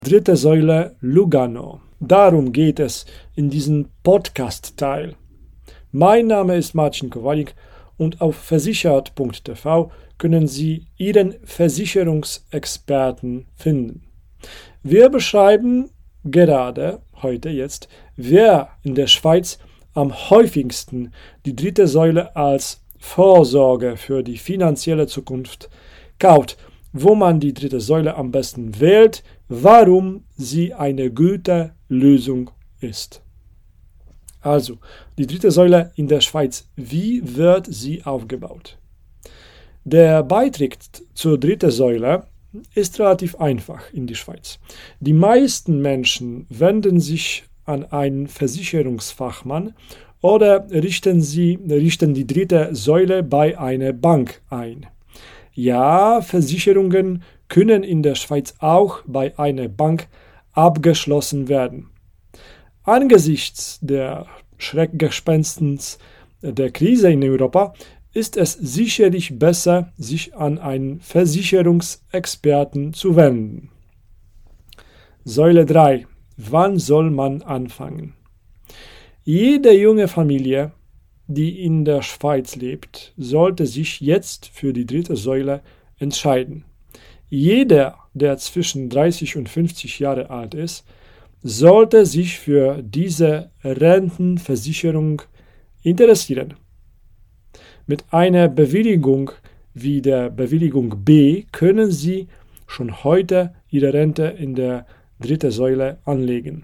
Dritte Säule Lugano. Darum geht es in diesem Podcast-Teil. Mein Name ist Marcin Kowalik und auf versichert.tv können Sie Ihren Versicherungsexperten finden. Wir beschreiben gerade jetzt, wer in der Schweiz am häufigsten die dritte Säule als Vorsorge für die finanzielle Zukunft kauft, wo man die dritte Säule am besten wählt, warum sie eine gute Lösung ist. Also, die dritte Säule in der Schweiz, wie wird sie aufgebaut? Der Beitritt zur dritten Säule ist relativ einfach in der Schweiz. Die meisten Menschen wenden sich an einen Versicherungsfachmann oder richten die dritte Säule bei einer Bank ein. Ja, Versicherungen können in der Schweiz auch bei einer Bank abgeschlossen werden. Angesichts der Schreckgespenstens der Krise in Europa ist es sicherlich besser, sich an einen Versicherungsexperten zu wenden. Säule 3. Wann soll man anfangen? Jede junge Familie, die in der Schweiz lebt, sollte sich jetzt für die dritte Säule entscheiden. Jeder, der zwischen 30 und 50 Jahre alt ist, sollte sich für diese Rentenversicherung interessieren. Mit einer Bewilligung wie der Bewilligung B können Sie schon heute Ihre Rente in der dritten Säule anlegen.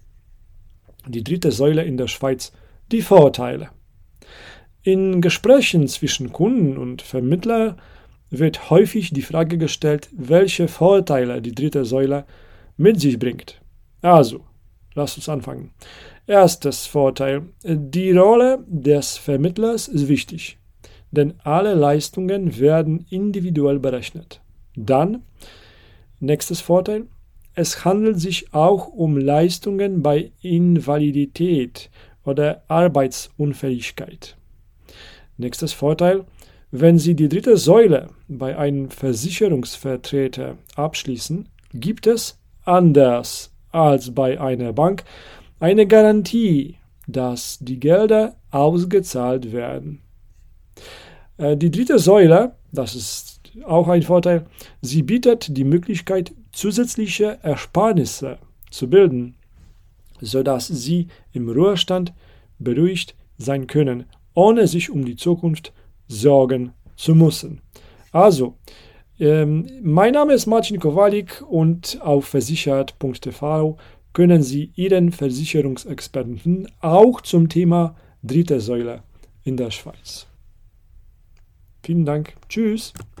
Die dritte Säule in der Schweiz, die Vorteile. In Gesprächen zwischen Kunden und Vermittler wird häufig die Frage gestellt, welche Vorteile die dritte Säule mit sich bringt. Also, lasst uns anfangen. Erstes Vorteil. Die Rolle des Vermittlers ist wichtig, denn alle Leistungen werden individuell berechnet. Dann, nächstes Vorteil. Es handelt sich auch um Leistungen bei Invalidität oder Arbeitsunfähigkeit. Nächstes Vorteil. Wenn Sie die dritte Säule bei einem Versicherungsvertreter abschließen, gibt es, anders als bei einer Bank, eine Garantie, dass die Gelder ausgezahlt werden. Die dritte Säule, das ist auch ein Vorteil, sie bietet die Möglichkeit, zusätzliche Ersparnisse zu bilden, sodass Sie im Ruhestand beruhigt sein können, ohne sich um die Zukunft sorgen zu müssen. Also, mein Name ist Marcin Kowalik und auf versichert.tv können Sie Ihren Versicherungsexperten finden, auch zum Thema dritte Säule in der Schweiz. Vielen Dank. Tschüss.